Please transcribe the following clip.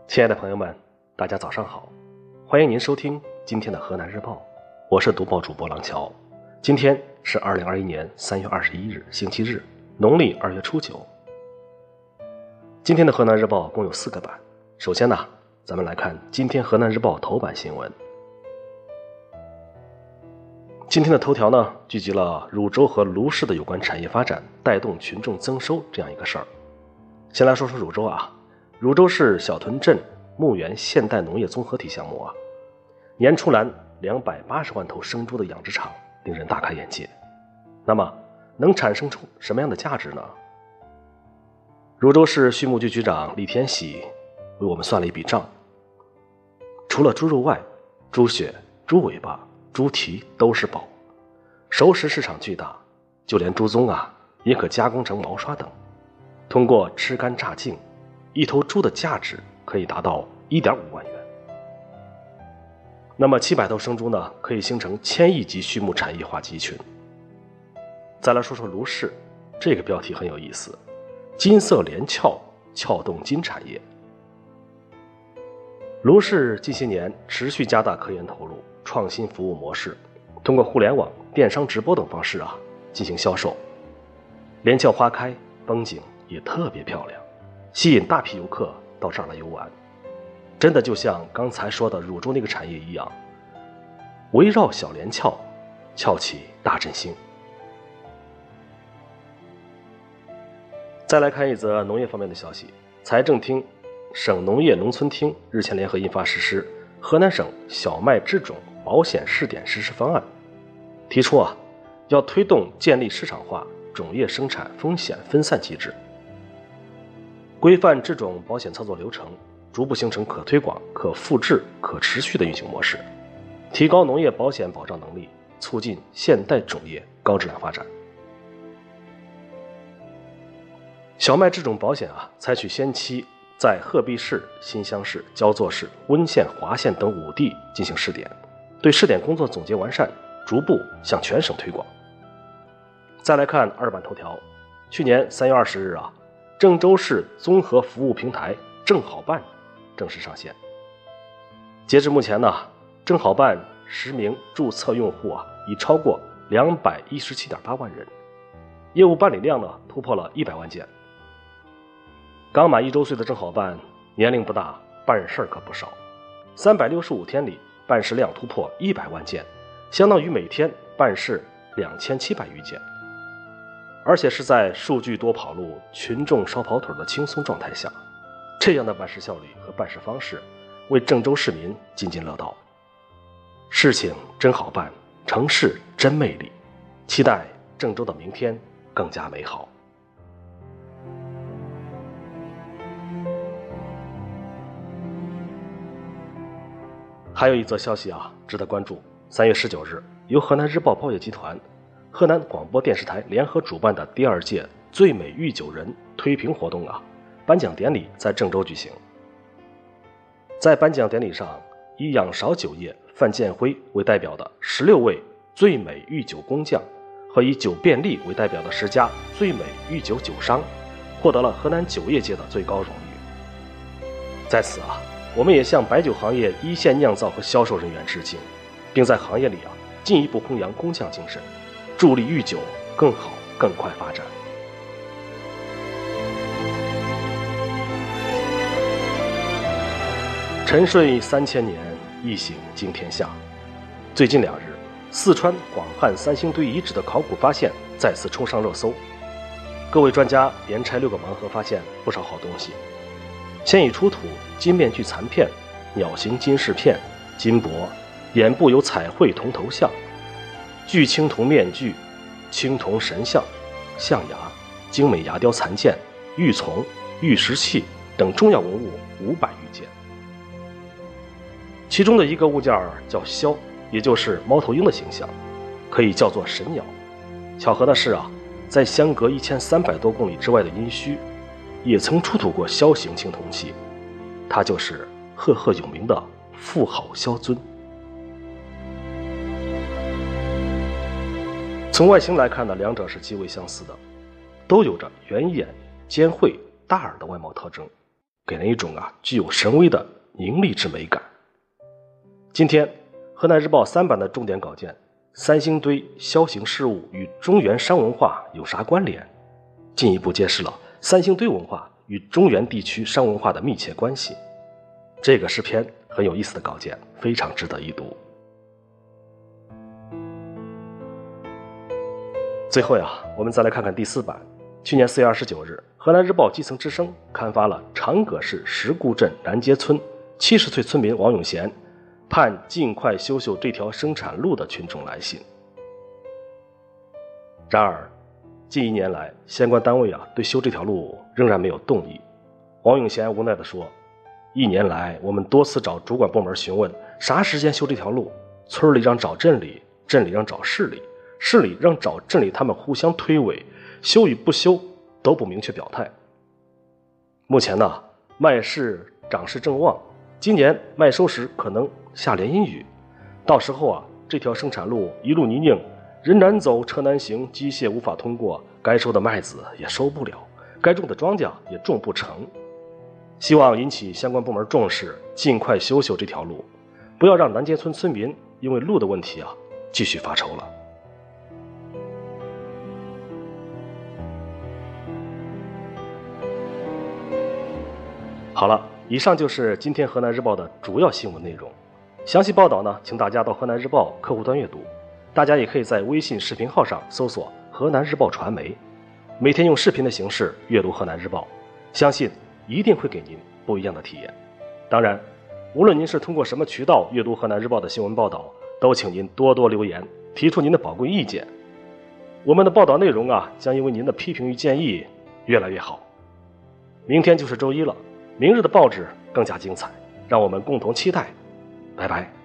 亲爱的朋友们，大家早上好，欢迎您收听今天的河南日报，我是读报主播郎桥。今天是2021年3月21日星期日，农历2月初9。今天的河南日报共有4个版，首先呢，咱们来看今天河南日报头版新闻。今天的头条呢，聚集了汝州和卢氏的有关产业发展带动群众增收这样一个事儿。先来说说汝州啊，汝州市小屯镇牧原现代农业综合体项目啊，年出栏280万头生猪的养殖场，令人大开眼界。那么能产生出什么样的价值呢？汝州市畜牧局局长李天喜为我们算了一笔账，除了猪肉外，猪血、猪尾巴、猪蹄都是宝，熟食市场巨大，就连猪鬃啊也可加工成毛刷等。通过吃干榨净，一头猪的价值可以达到1.5万元。那么700头生猪呢，可以形成1000亿级畜牧产业化集群。再来说说卢氏，这个标题很有意思，金色连翘，撬动金产业。卢氏近些年持续加大科研投入，创新服务模式，通过互联网、电商直播等方式啊进行销售。连翘花开，风景也特别漂亮，吸引大批游客到这儿来游玩。真的就像刚才说的汝州那个产业一样，围绕小连翘，翘起大振兴。再来看一则农业方面的消息，财政厅、省农业农村厅日前联合印发实施河南省小麦制种保险试点实施方案，提出要推动建立市场化种业生产风险分散机制，规范制种保险操作流程，逐步形成可推广、可复制、可持续的运行模式，提高农业保险保障能力，促进现代种业高质量发展。小麦制种保险采取先期在鹤壁市、新乡市、焦作市、温县、华县等5地进行试点，对试点工作总结完善，逐步向全省推广。再来看2版头条，去年3月20日郑州市综合服务平台正好办正式上线。截至目前呢，正好办实名注册用户已超过217.8万人，业务办理量呢突破了100万件。刚满1周岁的正好办年龄不大，办事可不少，365天里办事量突破100万件，相当于每天办事2700余件，而且是在数据多跑路、群众少跑腿的轻松状态下，这样的办事效率和办事方式为郑州市民津津乐道。事情真好办，城市真魅力，期待郑州的明天更加美好。还有一则消息值得关注。3月19日，由河南日报报业集团、河南广播电视台联合主办的第2届最美御酒人推评活动颁奖典礼在郑州举行。在颁奖典礼上，以仰韶酒业范建辉为代表的16位最美御酒工匠和以酒便利为代表的10家最美御酒酒商获得了河南酒业界的最高荣誉。在此我们也向白酒行业一线酿造和销售人员致敬，并在行业里进一步弘扬工匠精神，助力御酒更好更快发展。沉睡3000年，一醒惊天下。最近2日，四川广汉3星堆遗址的考古发现再次冲上热搜。各位专家连拆6个盲盒，发现不少好东西。先已出土金面具残片、鸟形金饰片、金箔，眼部有彩绘铜头像、巨青铜面具、青铜神像、象牙、精美牙雕残件、玉琮、玉石器等重要文物500余件。其中的一个物件叫枭，也就是猫头鹰的形象，可以叫做神鸟。巧合的是在相隔1300多公里之外的殷墟，也曾出土过枭形青铜器，它就是赫赫有名的妇好枭尊。从外形来看呢，两者是极为相似的，都有着圆眼、尖喙、大耳的外貌特征， 给人一种具有神威的凝厉之美感。今天河南日报3版的重点稿件，三星堆枭雄事务与中原商文化有啥关联，进一步揭示了三星堆文化与中原地区商文化的密切关系。这个是篇很有意思的稿件，非常值得一读。最后我们再来看看第4版。去年4月29日，河南日报基层之声刊发了长葛市石固镇南街村70岁村民王永贤盼尽快修这条生产路的群众来信。然而近1年来，相关单位对修这条路仍然没有动议。王永贤无奈地说，1年来我们多次找主管部门询问啥时间修这条路，村里让找镇里，镇里让找市里，市里让找镇里，他们互相推诿，修与不修都不明确表态。目前麦市长势正旺，今年麦收时可能下连阴雨，到时候这条生产路一路泥泞，人难走车难行，机械无法通过，该收的麦子也收不了，该种的庄稼也种不成。希望引起相关部门重视，尽快修这条路，不要让南街村村民因为路的问题继续发愁了。好了，以上就是今天河南日报的主要新闻内容。详细报道请大家到河南日报客户端阅读。大家也可以在微信视频号上搜索河南日报传媒，每天用视频的形式阅读河南日报，相信一定会给您不一样的体验。当然，无论您是通过什么渠道阅读河南日报的新闻报道，都请您多多留言，提出您的宝贵意见。我们的报道内容将因为您的批评与建议越来越好。明天就是周一了，明日的报纸更加精彩，让我们共同期待。拜拜。